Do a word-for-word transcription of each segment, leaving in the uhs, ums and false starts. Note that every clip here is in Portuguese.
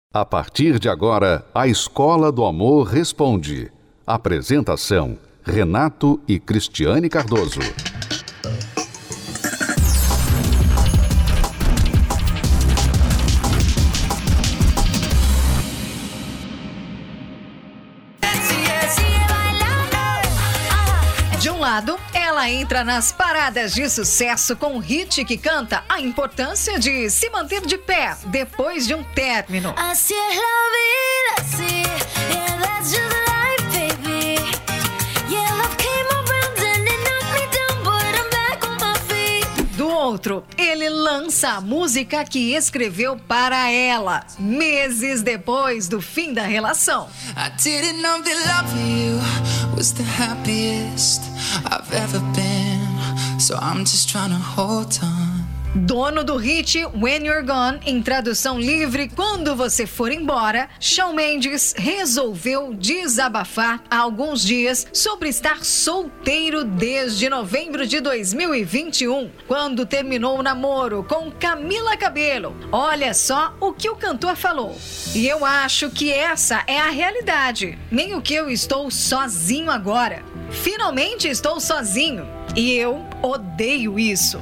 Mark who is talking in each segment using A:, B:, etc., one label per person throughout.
A: A partir de agora, a Escola do Amor Responde. Apresentação: Renato e Cristiane Cardoso.
B: De um lado, ela entra nas paradas de sucesso com um hit que canta a importância de se manter de pé depois de um término.
C: Así es la vida, así, yeah, that's just life, baby. Yeah, love came around and it knocked me down, but I'm back on my feet.
B: Do outro, ele lança a música que escreveu para ela, meses depois do fim da relação.
D: I didn't know that loving you was the happiest I've ever been, so I'm just trying to hold on.
B: Dono do hit When You're Gone, em tradução livre, Quando Você For Embora, Shawn Mendes resolveu desabafar há alguns dias sobre estar solteiro desde novembro de dois mil e vinte e um, quando terminou o namoro com Camila Cabello. Olha só o que o cantor falou. E eu acho que essa é a realidade. Nem o que eu estou sozinho agora. Finalmente estou sozinho. E eu odeio isso.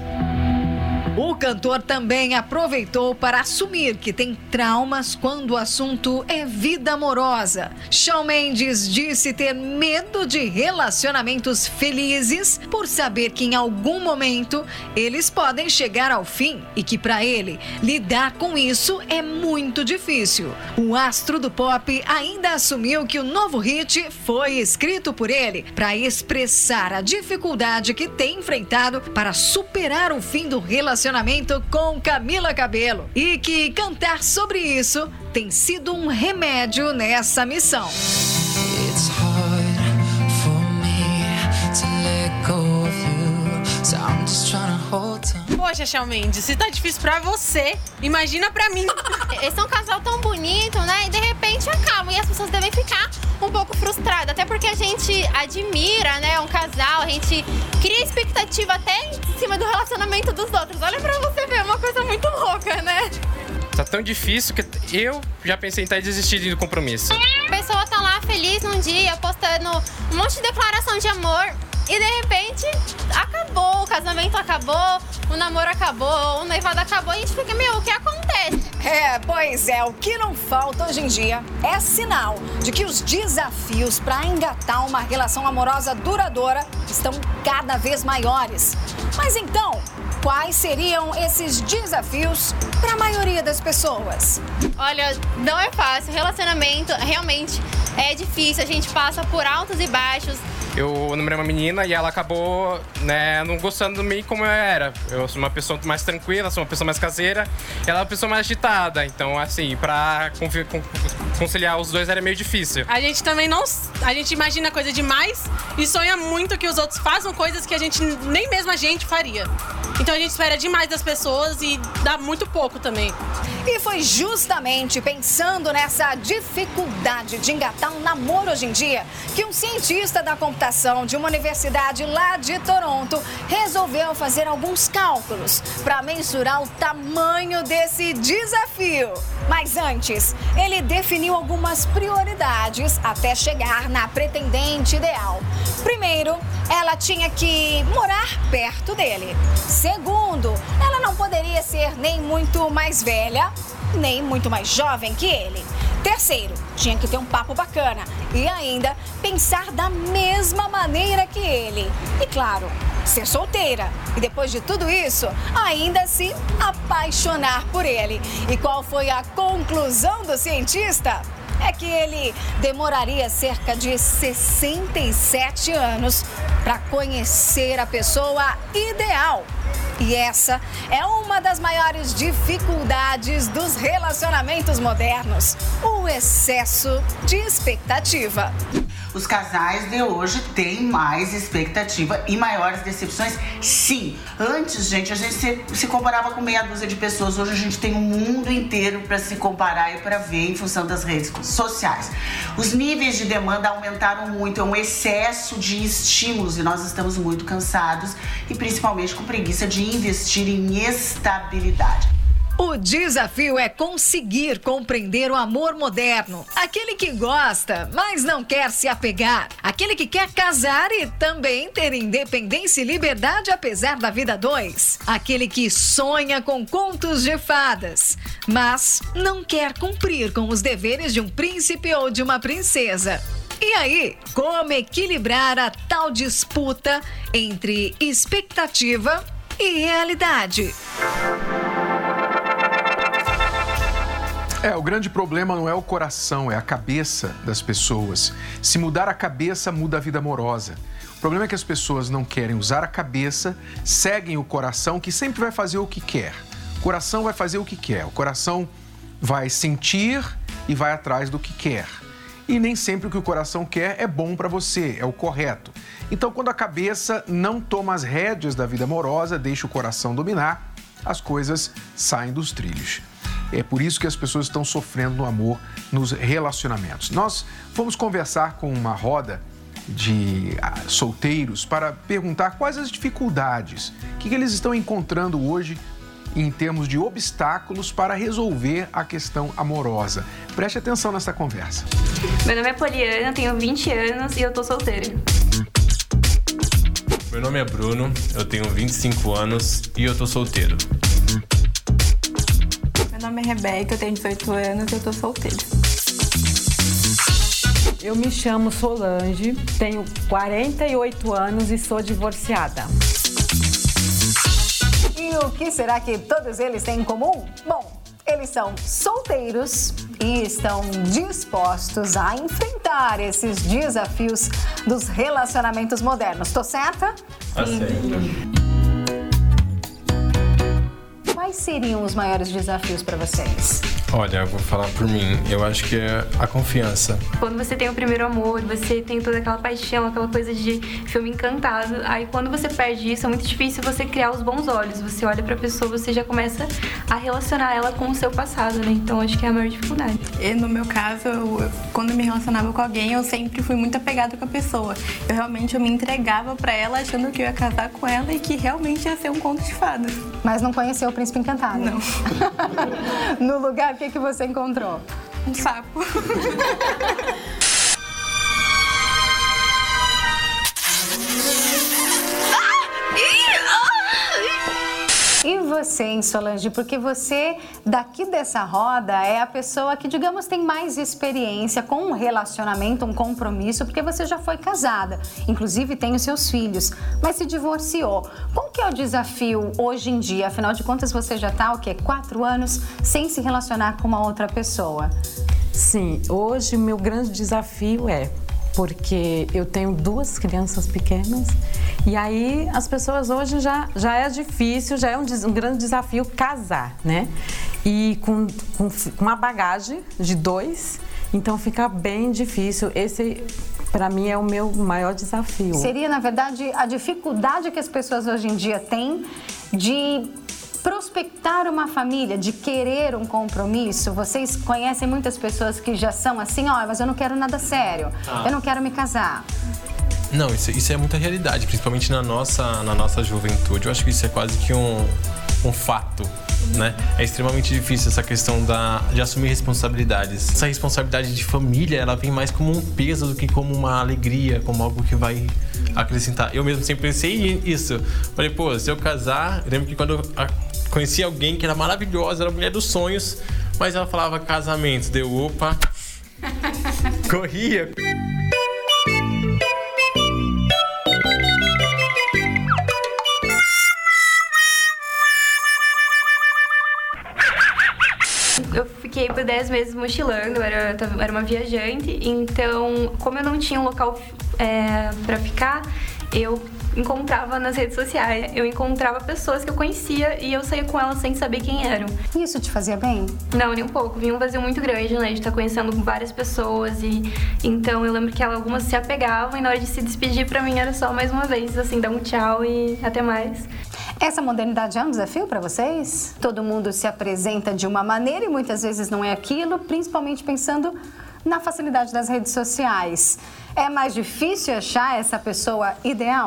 B: O cantor também aproveitou para assumir que tem traumas quando o assunto é vida amorosa. Shawn Mendes disse ter medo de relacionamentos felizes por saber que em algum momento eles podem chegar ao fim e que para ele lidar com isso é muito difícil. O astro do pop ainda assumiu que o novo hit foi escrito por ele para expressar a dificuldade que tem enfrentado para superar o fim do relacionamento com Camila Cabello e que cantar sobre isso tem sido um remédio nessa missão.
D: It's hard for me to let go of you, so I'm just trying to hold on.
E: Poxa, Shawn Mendes, se tá difícil pra você, imagina pra mim.
F: Eles são um casal tão bonito, né? E de repente acabam e as pessoas devem ficar um pouco frustradas, até porque a gente admira, né, um casal, a gente cria expectativa até em cima do relacionamento dos outros. Olha pra você ver, é uma coisa muito louca, né?
G: Tá tão difícil que eu já pensei em estar desistindo do compromisso.
F: A pessoa tá lá feliz num dia, postando um monte de declaração de amor e de repente acabou, o casamento acabou, o namoro acabou, o noivado acabou e a gente fica, meu, o que acontece?
B: É, pois é, o que não falta hoje em dia é sinal de que os desafios para engatar uma relação amorosa duradoura estão cada vez maiores. Mas então, quais seriam esses desafios para a maioria das pessoas?
F: Olha, não é fácil, relacionamento realmente é difícil, a gente passa por altos e baixos.
G: Eu namorei uma menina e ela acabou, né, não gostando de mim como eu era. Eu sou uma pessoa mais tranquila, sou uma pessoa mais caseira, ela é uma pessoa mais agitada. Então, assim, pra conciliar os dois era meio difícil.
E: A gente também não... A gente imagina coisa demais e sonha muito que os outros façam coisas que a gente, nem mesmo a gente faria. Então a gente espera demais das pessoas e dá muito pouco também.
B: E foi justamente pensando nessa dificuldade de engatar um namoro hoje em dia que um cientista da computação de uma universidade lá de Toronto resolveu fazer alguns cálculos para mensurar o tamanho desse desafio. Mas antes, ele definiu algumas prioridades até chegar na pretendente ideal. Primeiro, ela tinha que morar perto dele. Segundo, ela não poderia ser nem muito mais velha, nem muito mais jovem que ele. Terceiro, tinha que ter um papo bacana e ainda pensar da mesma maneira que ele. E claro, ser solteira. E depois de tudo isso, ainda se apaixonar por ele. E qual foi a conclusão do cientista? É que ele demoraria cerca de sessenta e sete anos para conhecer a pessoa ideal. E essa é uma das maiores dificuldades dos relacionamentos modernos: o excesso de expectativa.
H: Os casais de hoje têm mais expectativa e maiores decepções, sim. Antes, gente, a gente se, se comparava com meia dúzia de pessoas. Hoje a gente tem um mundo inteiro para se comparar e para ver em função das redes sociais. Os níveis de demanda aumentaram muito, é um excesso de estímulos e nós estamos muito cansados e principalmente com preguiça de investir em estabilidade.
B: O desafio é conseguir compreender o amor moderno. Aquele que gosta, mas não quer se apegar. Aquele que quer casar e também ter independência e liberdade apesar da vida a dois. Aquele que sonha com contos de fadas, mas não quer cumprir com os deveres de um príncipe ou de uma princesa. E aí, como equilibrar a tal disputa entre expectativa e realidade?
I: É, o grande problema não é o coração, é a cabeça das pessoas. Se mudar a cabeça, muda a vida amorosa. O problema é que as pessoas não querem usar a cabeça, seguem o coração, que sempre vai fazer o que quer. O coração vai fazer o que quer. O coração vai sentir e vai atrás do que quer. E nem sempre o que o coração quer é bom para você, é o correto. Então, quando a cabeça não toma as rédeas da vida amorosa, deixa o coração dominar, as coisas saem dos trilhos. É por isso que as pessoas estão sofrendo no amor, nos relacionamentos. Nós fomos conversar com uma roda de solteiros para perguntar quais as dificuldades, o que eles estão encontrando hoje em termos de obstáculos para resolver a questão amorosa. Preste atenção nessa conversa.
J: Meu nome é Poliana, tenho vinte anos e eu tô solteira.
K: Meu nome é Bruno, eu tenho vinte e cinco anos e eu tô solteiro.
L: Meu nome é Rebeca, eu tenho dezoito anos e eu tô solteira.
M: Eu me chamo Solange, tenho quarenta e oito anos e sou divorciada.
B: E o que será que todos eles têm em comum? Bom, eles são solteiros e estão dispostos a enfrentar esses desafios dos relacionamentos modernos. Tô certa?
K: Sim.
B: Quais seriam os maiores desafios para vocês?
K: Olha, eu vou falar por mim, eu acho que é a confiança.
J: Quando você tem o primeiro amor, você tem toda aquela paixão, aquela coisa de filme encantado, aí quando você perde isso, é muito difícil você criar os bons olhos. Você olha pra pessoa, você já começa a relacionar ela com o seu passado, né? Então, acho que é a maior dificuldade.
L: E no meu caso, eu, quando eu me relacionava com alguém, eu sempre fui muito apegada com a pessoa. Eu realmente eu me entregava pra ela, achando que eu ia casar com ela e que realmente ia ser um conto de fadas.
B: Mas não conheceu o Príncipe Encantado?
L: Não.
B: No lugar, o que, que você encontrou?
L: Um sapo.
B: E você, hein, Solange? Porque você, daqui dessa roda, é a pessoa que, digamos, tem mais experiência com um relacionamento, um compromisso, porque você já foi casada, inclusive tem os seus filhos, mas se divorciou. Qual que é o desafio hoje em dia? Afinal de contas, você já está, o quê? Quatro anos sem se relacionar com uma outra pessoa.
M: Sim, hoje o meu grande desafio é... porque eu tenho duas crianças pequenas e aí as pessoas hoje já, já é difícil, já é um, um grande desafio casar, né? E com, com, com uma bagagem de dois, então fica bem difícil. Esse, para mim, é o meu maior desafio.
B: Seria, na verdade, a dificuldade que as pessoas hoje em dia têm de prospectar uma família, de querer um compromisso. Vocês conhecem muitas pessoas que já são assim, ó, oh, mas eu não quero nada sério, ah. eu não quero me casar.
K: Não, isso, isso é muita realidade, principalmente na nossa, na nossa juventude. Eu acho que isso é quase que um, um fato, né? É extremamente difícil essa questão da, de assumir responsabilidades. Essa responsabilidade de família, ela vem mais como um peso do que como uma alegria, como algo que vai acrescentar. Eu mesmo sempre pensei isso. Falei, pô, se eu casar... Eu lembro que quando eu conheci alguém que era maravilhosa, era a mulher dos sonhos, mas ela falava casamento. Deu, opa, corria.
J: Eu fiquei por dez meses mochilando, eu era, eu era uma viajante, então, como eu não tinha um local é, pra ficar, eu encontrava nas redes sociais, eu encontrava pessoas que eu conhecia e eu saía com elas sem saber quem eram.
B: E isso te fazia bem?
J: Não, nem um pouco. Vinha um vazio muito grande, né, de estar conhecendo várias pessoas e então eu lembro que algumas se apegavam e na hora de se despedir pra mim era só mais uma vez, assim, dar um tchau e até mais.
B: Essa modernidade é um desafio para vocês? Todo mundo se apresenta de uma maneira e muitas vezes não é aquilo, principalmente pensando na facilidade das redes sociais. É mais difícil achar essa pessoa ideal?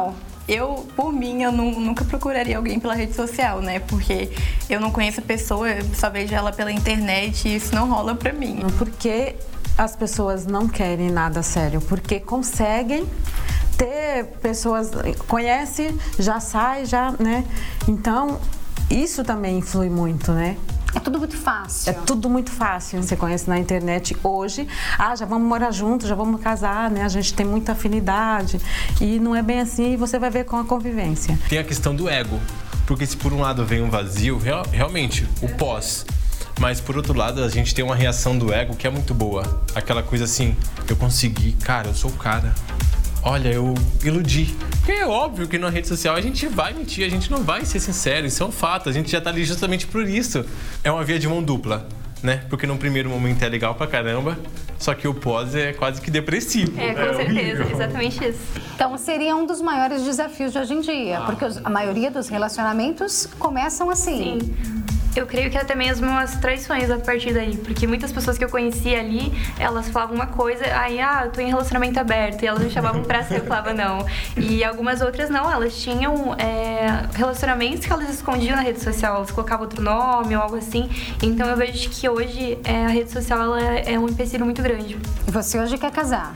L: Eu, por mim, eu nu- nunca procuraria alguém pela rede social, né? Porque eu não conheço a pessoa, eu só vejo ela pela internet e isso não rola pra mim.
M: Porque as pessoas não querem nada sério, porque conseguem ter pessoas, conhece, já sai, já, né? Então, isso também influi muito, né?
N: É tudo muito fácil.
M: É tudo muito fácil. Você conhece na internet hoje, ah, já vamos morar juntos, já vamos casar, né? A gente tem muita afinidade. E não é bem assim, e você vai ver com a convivência.
K: Tem a questão do ego, porque se por um lado vem um vazio, real, realmente, o pós. Mas por outro lado, a gente tem uma reação do ego que é muito boa. Aquela coisa assim, eu consegui, cara, eu sou o cara. Olha, eu iludi. Porque é óbvio que na rede social a gente vai mentir, a gente não vai ser sincero, isso é um fato. A gente já tá ali justamente por isso. É uma via de mão dupla, né? Porque no primeiro momento é legal pra caramba, só que o pós é quase que depressivo.
J: É, com
K: é
J: certeza,
K: horrível.
J: exatamente isso.
N: Então seria um dos maiores desafios de hoje em dia, porque os- a maioria dos relacionamentos começam assim.
J: Sim. Eu creio que até mesmo as traições a partir daí, porque muitas pessoas que eu conhecia ali, elas falavam uma coisa, aí, ah, eu tô em relacionamento aberto, e elas me chamavam pra ser, eu falava não. E algumas outras não, elas tinham é, relacionamentos que elas escondiam na rede social, elas colocavam outro nome ou algo assim. Então eu vejo que hoje é, a rede social ela é, é um empecilho muito grande.
N: E você hoje quer casar?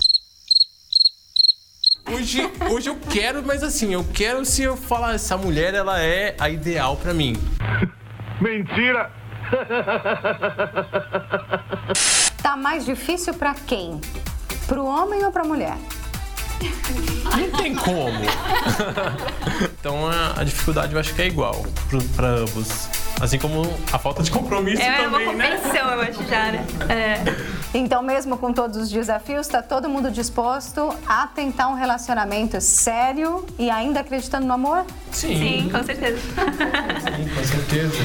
K: Hoje, hoje eu quero, mas assim, eu quero se eu falar, essa mulher, ela é a ideal pra mim.
O: Mentira!
N: Tá mais difícil pra quem? Pro homem ou pra mulher?
K: Não tem como. Então a, a dificuldade eu acho que é igual pro- pra ambos. Assim como a falta de compromisso
J: É uma
K: também, né?
J: competição, eu acho já, né? É.
N: Então, mesmo com todos os desafios, tá todo mundo disposto a tentar um relacionamento sério e ainda acreditando no amor?
K: Sim.
J: Sim, com certeza.
K: Sim, com certeza.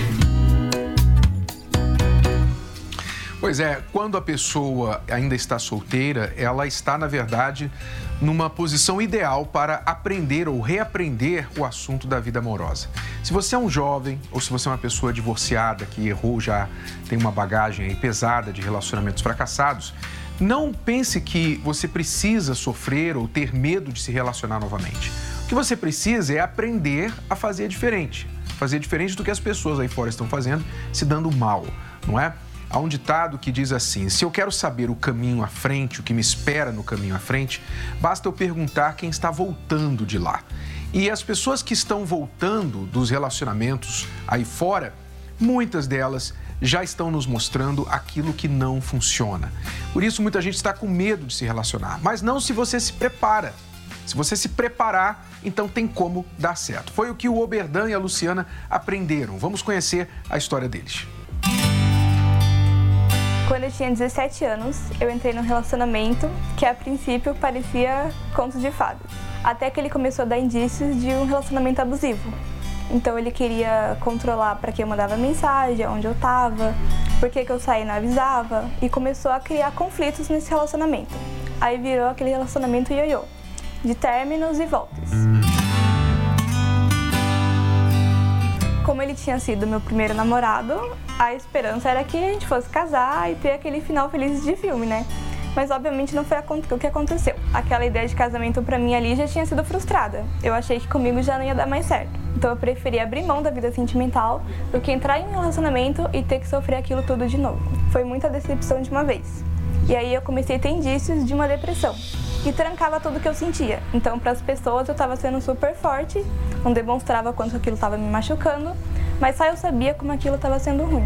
I: Pois é, quando a pessoa ainda está solteira, ela está, na verdade, numa posição ideal para aprender ou reaprender o assunto da vida amorosa. Se você é um jovem ou se você é uma pessoa divorciada que errou, já tem uma bagagem aí pesada de relacionamentos fracassados, não pense que você precisa sofrer ou ter medo de se relacionar novamente. O que você precisa é aprender a fazer diferente. Fazer diferente do que as pessoas aí fora estão fazendo, se dando mal, não é? Há um ditado que diz assim: se eu quero saber o caminho à frente, o que me espera no caminho à frente, basta eu perguntar quem está voltando de lá. E as pessoas que estão voltando dos relacionamentos aí fora, muitas delas já estão nos mostrando aquilo que não funciona. Por isso, muita gente está com medo de se relacionar, mas não se você se prepara. Se você se preparar, então tem como dar certo. Foi o que o Oberdan e a Luciana aprenderam. Vamos conhecer a história deles.
P: Quando eu tinha dezessete anos, eu entrei num relacionamento que a princípio parecia conto de fadas. Até que ele começou a dar indícios de um relacionamento abusivo. Então ele queria controlar para quem eu mandava mensagem, onde eu estava, por que que eu saía e não avisava, e começou a criar conflitos nesse relacionamento. Aí virou aquele relacionamento ioiô, de términos e voltas. Como ele tinha sido meu primeiro namorado, a esperança era que a gente fosse casar e ter aquele final feliz de filme, né? Mas obviamente não foi o que aconteceu. Aquela ideia de casamento pra mim ali já tinha sido frustrada. Eu achei que comigo já não ia dar mais certo. Então eu preferi abrir mão da vida sentimental do que entrar em um relacionamento e ter que sofrer aquilo tudo de novo. Foi muita decepção de uma vez. E aí eu comecei a ter indícios de uma depressão. E trancava tudo que eu sentia. Então, para as pessoas, eu estava sendo super forte, não demonstrava quanto aquilo estava me machucando, mas só eu sabia como aquilo estava sendo ruim.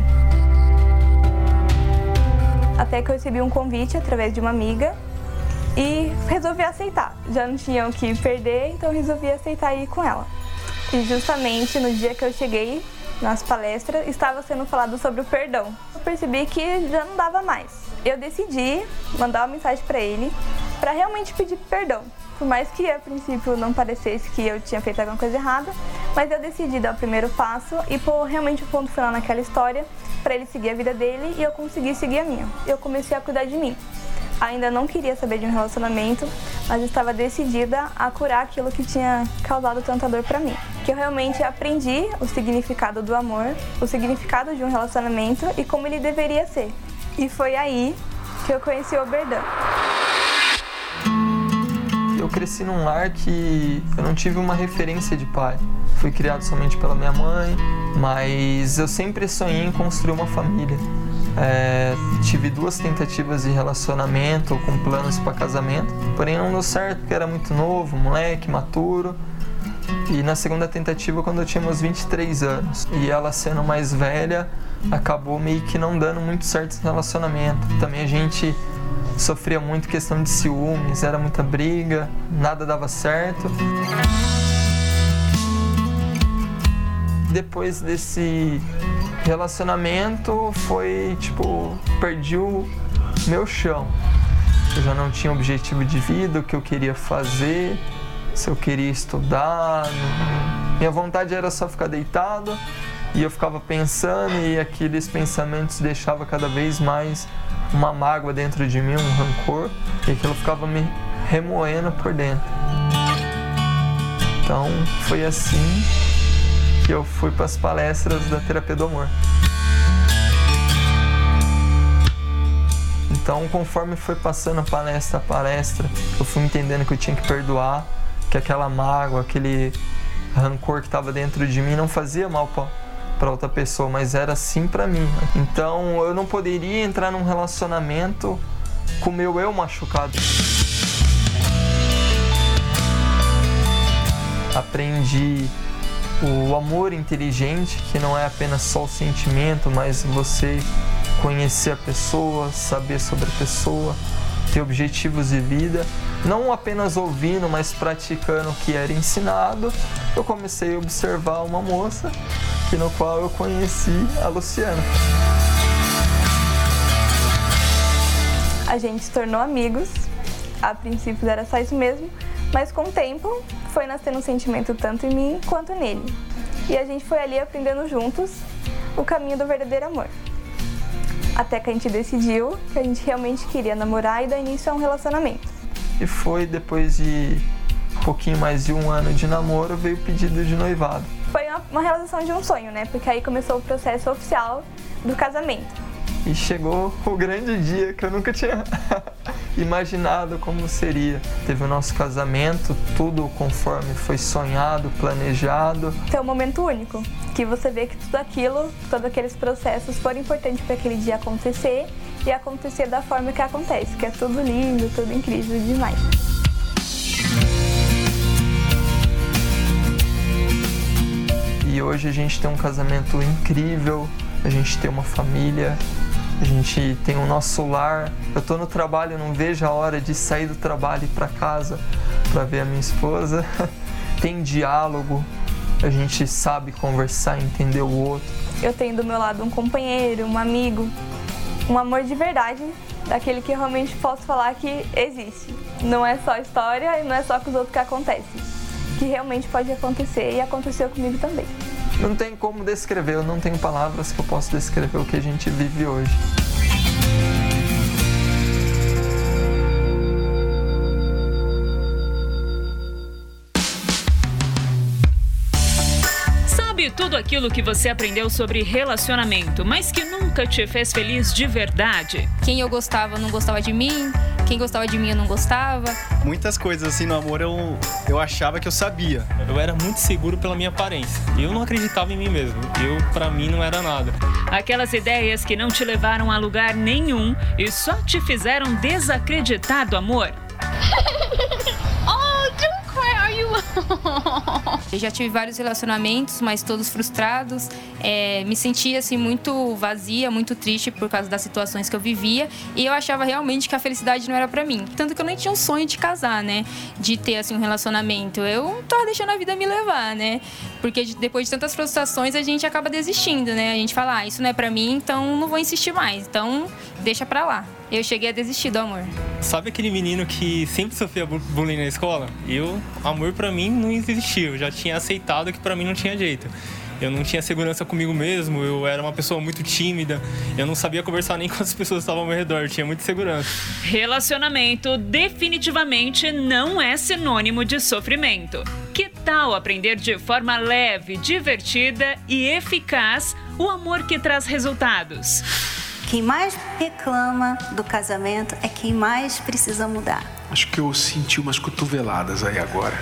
P: Até que eu recebi um convite através de uma amiga e resolvi aceitar. Já não tinha o que perder, então resolvi aceitar ir com ela. E justamente no dia que eu cheguei nas palestras, estava sendo falado sobre o perdão. Eu percebi que já não dava mais. Eu decidi mandar uma mensagem para ele para realmente pedir perdão. Por mais que a princípio não parecesse que eu tinha feito alguma coisa errada, mas eu decidi dar o primeiro passo e pôr realmente o ponto final naquela história para ele seguir a vida dele e eu conseguir seguir a minha. Eu comecei a cuidar de mim. Ainda não queria saber de um relacionamento, mas estava decidida a curar aquilo que tinha causado tanta dor para mim. Que eu realmente aprendi o significado do amor, o significado de um relacionamento e como ele deveria ser. E foi aí que eu conheci o Oberdan.
Q: eu cresci num lar que eu não tive uma referência de pai. Fui criado somente pela minha mãe, mas eu sempre sonhei em construir uma família. É, tive duas tentativas de relacionamento com planos para casamento, porém não deu certo porque era muito novo, moleque, maturo. E na segunda tentativa, quando eu tinha meus vinte e três anos, e ela sendo mais velha, acabou meio que não dando muito certo esse relacionamento. Também a gente sofria muito questão de ciúmes, era muita briga, nada dava certo. Depois desse relacionamento foi tipo, perdi o meu chão. Eu já não tinha objetivo de vida, o que eu queria fazer, se eu queria estudar. Minha vontade era só ficar deitado e eu ficava pensando e aqueles pensamentos deixavam cada vez mais uma mágoa dentro de mim, um rancor, e aquilo ficava me remoendo por dentro. Então foi assim que eu fui para as palestras da terapia do amor. Então, conforme foi passando a palestra a palestra, eu fui entendendo que eu tinha que perdoar, que aquela mágoa, aquele rancor que estava dentro de mim não fazia mal para outra pessoa, mas era sim para mim. Então, eu não poderia entrar num relacionamento com o meu eu machucado. Aprendi o amor inteligente, que não é apenas só o sentimento, mas você conhecer a pessoa, saber sobre a pessoa, ter objetivos de vida, não apenas ouvindo, mas praticando o que era ensinado. Eu comecei a observar uma moça, que no qual eu conheci a Luciana.
P: A gente se tornou amigos, a princípio era só isso mesmo, mas com o tempo foi nascendo um sentimento tanto em mim quanto nele. E a gente foi ali aprendendo juntos o caminho do verdadeiro amor. Até que a gente decidiu que a gente realmente queria namorar e dar início a um relacionamento.
Q: E foi depois de um pouquinho mais de um ano de namoro, veio o pedido de noivado.
P: Foi uma, uma realização de um sonho, né? Porque aí começou o processo oficial do casamento.
Q: E chegou o grande dia que eu nunca tinha imaginado como seria. Teve o nosso casamento, tudo conforme foi sonhado, planejado.
P: Então é um momento único, que você vê que tudo aquilo, todos aqueles processos foram importantes para aquele dia acontecer e acontecer da forma que acontece, que é tudo lindo, tudo incrível demais.
Q: E hoje a gente tem um casamento incrível, a gente tem uma família, a gente tem o nosso lar. Eu tô no trabalho, não vejo a hora de sair do trabalho e ir para casa para ver a minha esposa. Tem diálogo, a gente sabe conversar, entender o outro.
P: Eu tenho do meu lado um companheiro, um amigo, um amor de verdade, daquele que eu realmente posso falar que existe. Não é só história e não é só com os outros que acontece, que realmente pode acontecer e aconteceu comigo também.
Q: Não tem como descrever, eu não tenho palavras que eu possa descrever o que a gente vive hoje.
R: Sabe tudo aquilo que você aprendeu sobre relacionamento, mas que nunca te fez feliz de verdade?
S: Quem eu gostava não gostava de mim, quem gostava de mim eu não gostava.
T: Muitas coisas assim no amor eu, eu achava que eu sabia.
K: Eu era muito seguro pela minha aparência. Eu não acreditava em mim mesmo. Eu, pra mim, não era nada.
R: Aquelas ideias que não te levaram a lugar nenhum e só te fizeram desacreditar do amor.
S: Oh, don't cry, are you? Eu já tive vários relacionamentos, mas todos frustrados. É, me sentia assim muito vazia, muito triste por causa das situações que eu vivia. E eu achava realmente que a felicidade não era pra mim. Tanto que eu nem tinha um sonho de casar, né? De ter assim um relacionamento. Eu tava deixando a vida me levar, né? Porque depois de tantas frustrações a gente acaba desistindo, né? A gente fala, ah, isso não é pra mim, então não vou insistir mais. Então deixa pra lá. Eu cheguei a desistir do amor.
K: Sabe aquele menino que sempre sofria bullying na escola? Eu, amor pra mim não existia. Eu já tinha aceitado que pra mim não tinha jeito. Eu não tinha segurança comigo mesmo, eu era uma pessoa muito tímida, eu não sabia conversar nem com as pessoas que estavam ao meu redor, eu tinha muita segurança.
R: Relacionamento definitivamente não é sinônimo de sofrimento. Que tal aprender de forma leve, divertida e eficaz o amor que traz resultados?
U: Quem mais reclama do casamento é quem mais precisa mudar.
I: Acho que eu senti umas cotoveladas aí agora.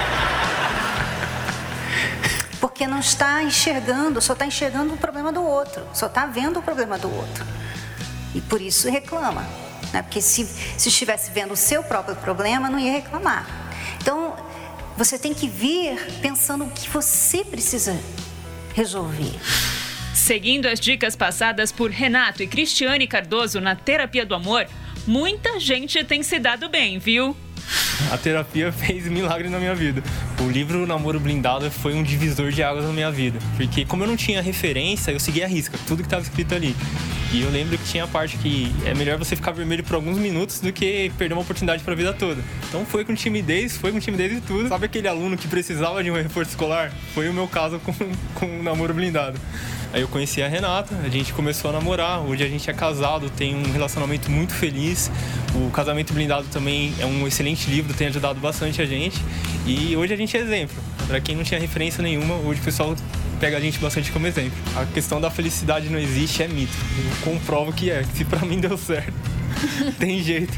U: Porque não está enxergando, só está enxergando o problema do outro, só está vendo o problema do outro. E por isso reclama, né? Porque se, se estivesse vendo o seu próprio problema, não ia reclamar. Então, você tem que vir pensando o que você precisa resolver.
R: Seguindo as dicas passadas por Renato e Cristiane Cardoso na Terapia do Amor, muita gente tem se dado bem, viu?
V: A terapia fez milagre na minha vida. O livro Namoro Blindado foi um divisor de águas na minha vida. Porque como eu não tinha referência, eu seguia a risca, tudo que estava escrito ali. E eu lembro que tinha a parte que é melhor você ficar vermelho por alguns minutos do que perder uma oportunidade para a vida toda. Então foi com timidez, foi com timidez e tudo. Sabe aquele aluno que precisava de um reforço escolar? Foi o meu caso com, com o Namoro Blindado. Aí eu conheci a Renata, a gente começou a namorar, hoje a gente é casado, tem um relacionamento muito feliz. O Casamento Blindado também é um excelente livro, tem ajudado bastante a gente. E hoje a gente é exemplo. Para quem não tinha referência nenhuma, hoje o pessoal pega a gente bastante como exemplo. A questão da felicidade não existe, é mito. Eu comprovo que é, se pra mim deu certo, tem jeito.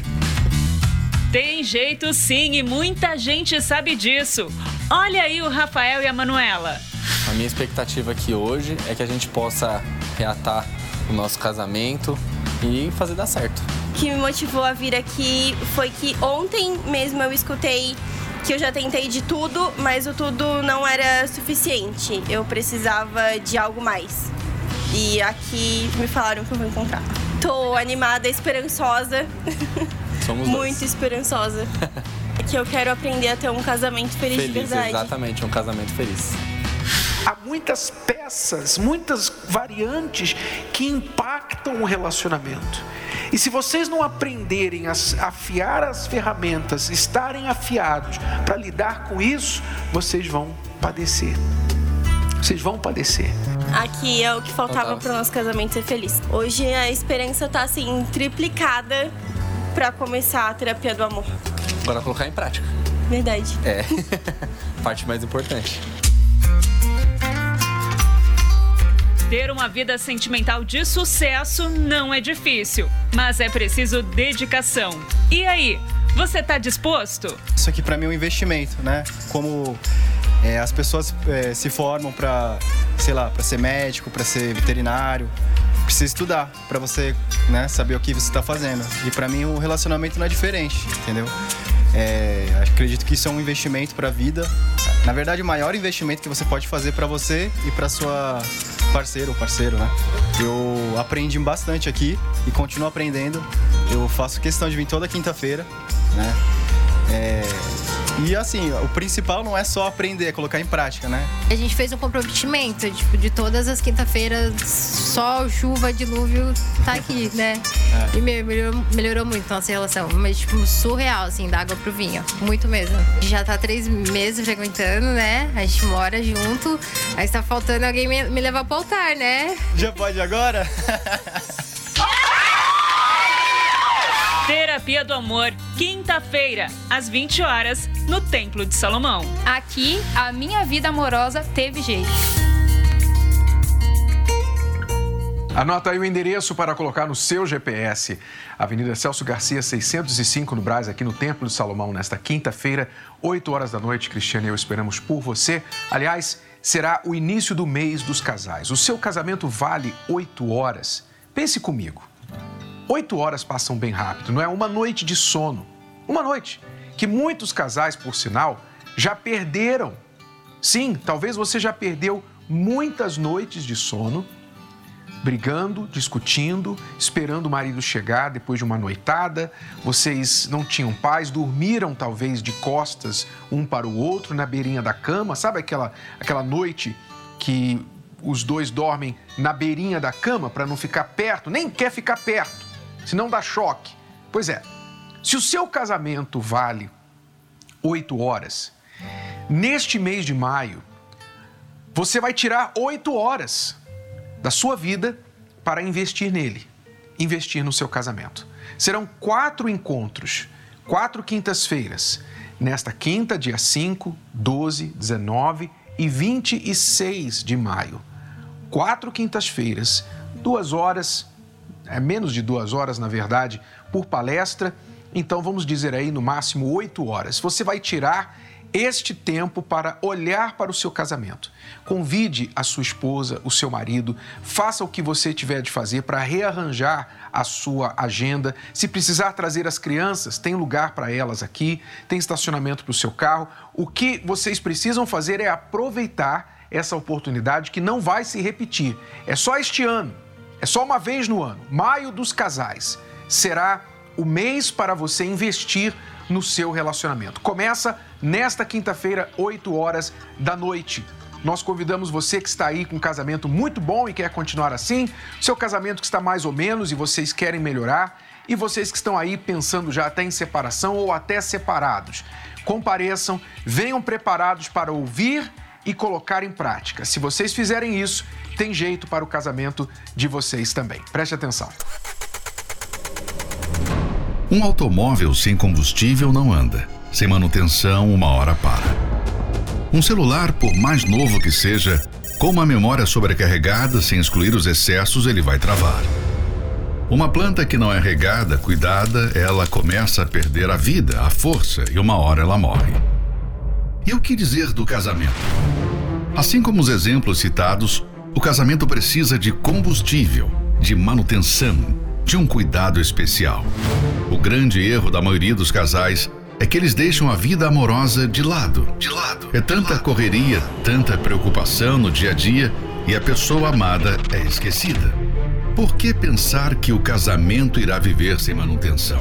R: Tem jeito sim, e muita gente sabe disso. Olha aí o Rafael e a Manuela.
W: A minha expectativa aqui hoje é que a gente possa reatar o nosso casamento e fazer dar certo.
X: O que me motivou a vir aqui foi que ontem mesmo eu escutei que eu já tentei de tudo, mas o tudo não era suficiente. Eu precisava de algo mais. E aqui me falaram que eu vou encontrar. Tô animada, esperançosa.
W: Somos
X: Muito
W: dois.
X: esperançosa. Que eu quero aprender a ter um casamento feliz,
W: Feliz,
X: de verdade.
W: exatamente, um casamento feliz.
I: Há muitas peças, muitas variantes que impactam o relacionamento. E se vocês não aprenderem a afiar as ferramentas, estarem afiados para lidar com isso, vocês vão padecer. Vocês vão padecer.
X: Aqui é o que faltava para o nosso casamento ser feliz. Hoje a esperança tá assim triplicada para começar a terapia do amor.
W: Agora colocar em prática.
X: Verdade.
W: É. Parte mais importante.
R: Ter uma vida sentimental de sucesso não é difícil, mas é preciso dedicação. E aí, você tá disposto?
T: Isso aqui pra mim é um investimento, né? Como é, as pessoas é, se formam pra, sei lá, pra ser médico, pra ser veterinário, precisa estudar pra você, né, saber o que você tá fazendo. E pra mim o relacionamento não é diferente, entendeu? É, acredito que isso é um investimento pra vida. Na verdade, o maior investimento que você pode fazer pra você e pra sua parceiro ou parceiro, né? Eu aprendi bastante aqui e continuo aprendendo. Eu faço questão de vir toda quinta-feira, né? É... E assim, o principal não é só aprender, é colocar em prática, né?
Y: A gente fez um comprometimento, tipo, de todas as quinta-feiras, sol, chuva, dilúvio, tá aqui, né? É. E melhorou, melhorou muito a nossa relação, mas tipo, surreal, assim, da água pro vinho, muito mesmo. A gente já tá três meses frequentando, né? A gente mora junto, aí está faltando alguém me, me levar pro altar, né?
T: Já pode agora?
R: Terapia do Amor, quinta-feira, às vinte horas, no Templo de Salomão.
S: Aqui, a minha vida amorosa teve jeito.
I: Anota aí o endereço para colocar no seu G P S. Avenida Celso Garcia, seiscentos e cinco, no Brás, aqui no Templo de Salomão, nesta quinta-feira, oito horas da noite. Cristiane e eu esperamos por você. Aliás, será o início do mês dos casais. O seu casamento vale oito horas. Pense comigo. Oito horas passam bem rápido, não é? Uma noite de sono. Uma noite que muitos casais, por sinal, já perderam. Sim, talvez você já perdeu muitas noites de sono, brigando, discutindo, esperando o marido chegar depois de uma noitada. Vocês não tinham paz, dormiram talvez de costas um para o outro na beirinha da cama. Sabe aquela, aquela noite que os dois dormem na beirinha da cama para não ficar perto, nem quer ficar perto, senão dá choque. Pois é, se o seu casamento vale oito horas, neste mês de maio, você vai tirar oito horas da sua vida para investir nele, investir no seu casamento. Serão quatro encontros, quatro quintas-feiras, nesta quinta, dia cinco, doze, dezenove e vinte e seis de maio. Quatro quintas-feiras, duas horas é menos de duas horas, na verdade, por palestra. Então, vamos dizer aí, no máximo, oito horas. Você vai tirar este tempo para olhar para o seu casamento. Convide a sua esposa, o seu marido, faça o que você tiver de fazer para rearranjar a sua agenda. Se precisar trazer as crianças, tem lugar para elas aqui, tem estacionamento para o seu carro. O que vocês precisam fazer é aproveitar essa oportunidade que não vai se repetir. É só este ano, é só uma vez no ano. Maio dos Casais será o mês para você investir no seu relacionamento. Começa nesta quinta-feira, oito horas da noite. Nós convidamos você que está aí com um casamento muito bom e quer continuar assim, seu casamento que está mais ou menos e vocês querem melhorar, e vocês que estão aí pensando já até em separação ou até separados. Compareçam, venham preparados para ouvir e colocar em prática. Se vocês fizerem isso, tem jeito para o casamento de vocês também. Preste atenção.
A: Um automóvel sem combustível não anda. Sem manutenção, uma hora para. Um celular, por mais novo que seja, com uma memória sobrecarregada, sem excluir os excessos, ele vai travar. Uma planta que não é regada, cuidada, ela começa a perder a vida, a força, e uma hora ela morre. E o que dizer do casamento? Assim como os exemplos citados, o casamento precisa de combustível, de manutenção, de um cuidado especial. O grande erro da maioria dos casais é que eles deixam a vida amorosa de lado. De lado. É tanta correria, tanta preocupação no dia a dia e a pessoa amada é esquecida. Por que pensar que o casamento irá viver sem manutenção?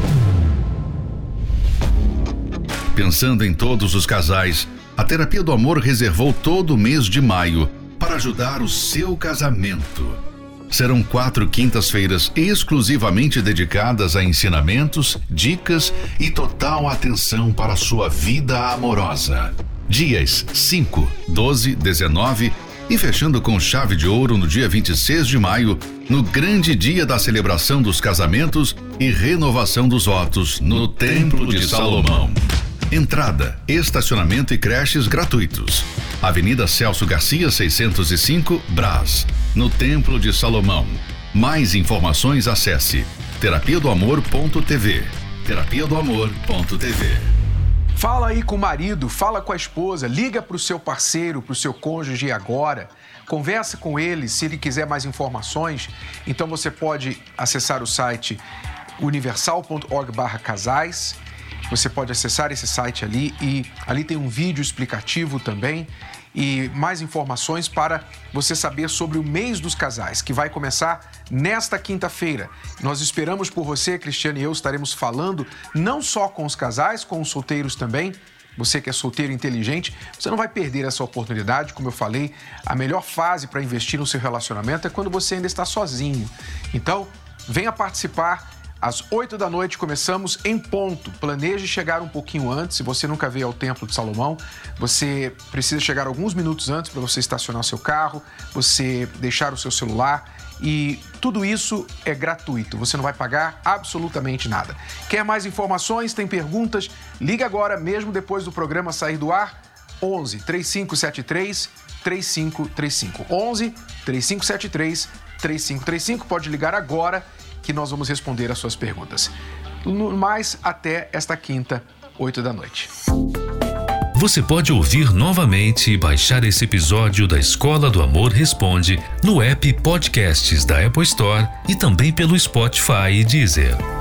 A: Pensando em todos os casais, a Terapia do Amor reservou todo o mês de maio para ajudar o seu casamento. Serão quatro quintas-feiras exclusivamente dedicadas a ensinamentos, dicas e total atenção para a sua vida amorosa. Dias cinco, doze, dezenove e fechando com chave de ouro no dia vinte e seis de maio, no grande dia da celebração dos casamentos e renovação dos votos no Templo de Salomão. Entrada, estacionamento e creches gratuitos. Avenida Celso Garcia, seiscentos e cinco, Brás, no Templo de Salomão. Mais informações, acesse terapia do amor ponto t v. terapia do amor ponto t v.
I: Fala aí com o marido, fala com a esposa, liga para o seu parceiro, para o seu cônjuge agora. Conversa com ele, se ele quiser mais informações. Então você pode acessar o site universal ponto org barra casais. Você pode acessar esse site ali e ali tem um vídeo explicativo também e mais informações para você saber sobre o mês dos casais, que vai começar nesta quinta-feira. Nós esperamos por você, Cristiane e eu estaremos falando não só com os casais, com os solteiros também. Você que é solteiro inteligente, você não vai perder essa oportunidade. Como eu falei, a melhor fase para investir no seu relacionamento é quando você ainda está sozinho. Então, venha participar. Às oito da noite começamos em ponto. Planeje chegar um pouquinho antes. Se você nunca veio ao Templo de Salomão, você precisa chegar alguns minutos antes para você estacionar o seu carro, você deixar o seu celular e tudo isso é gratuito. Você não vai pagar absolutamente nada. Quer mais informações? Tem perguntas? Liga agora, mesmo depois do programa sair do ar. onze, três cinco sete três, três cinco três cinco. onze, três cinco sete três, três cinco três cinco. Pode ligar agora que nós vamos responder as suas perguntas. No mais, até esta quinta, oito da noite.
C: Você pode ouvir novamente e baixar esse episódio da Escola do Amor Responde no app Podcasts da Apple Store e também pelo Spotify e Deezer.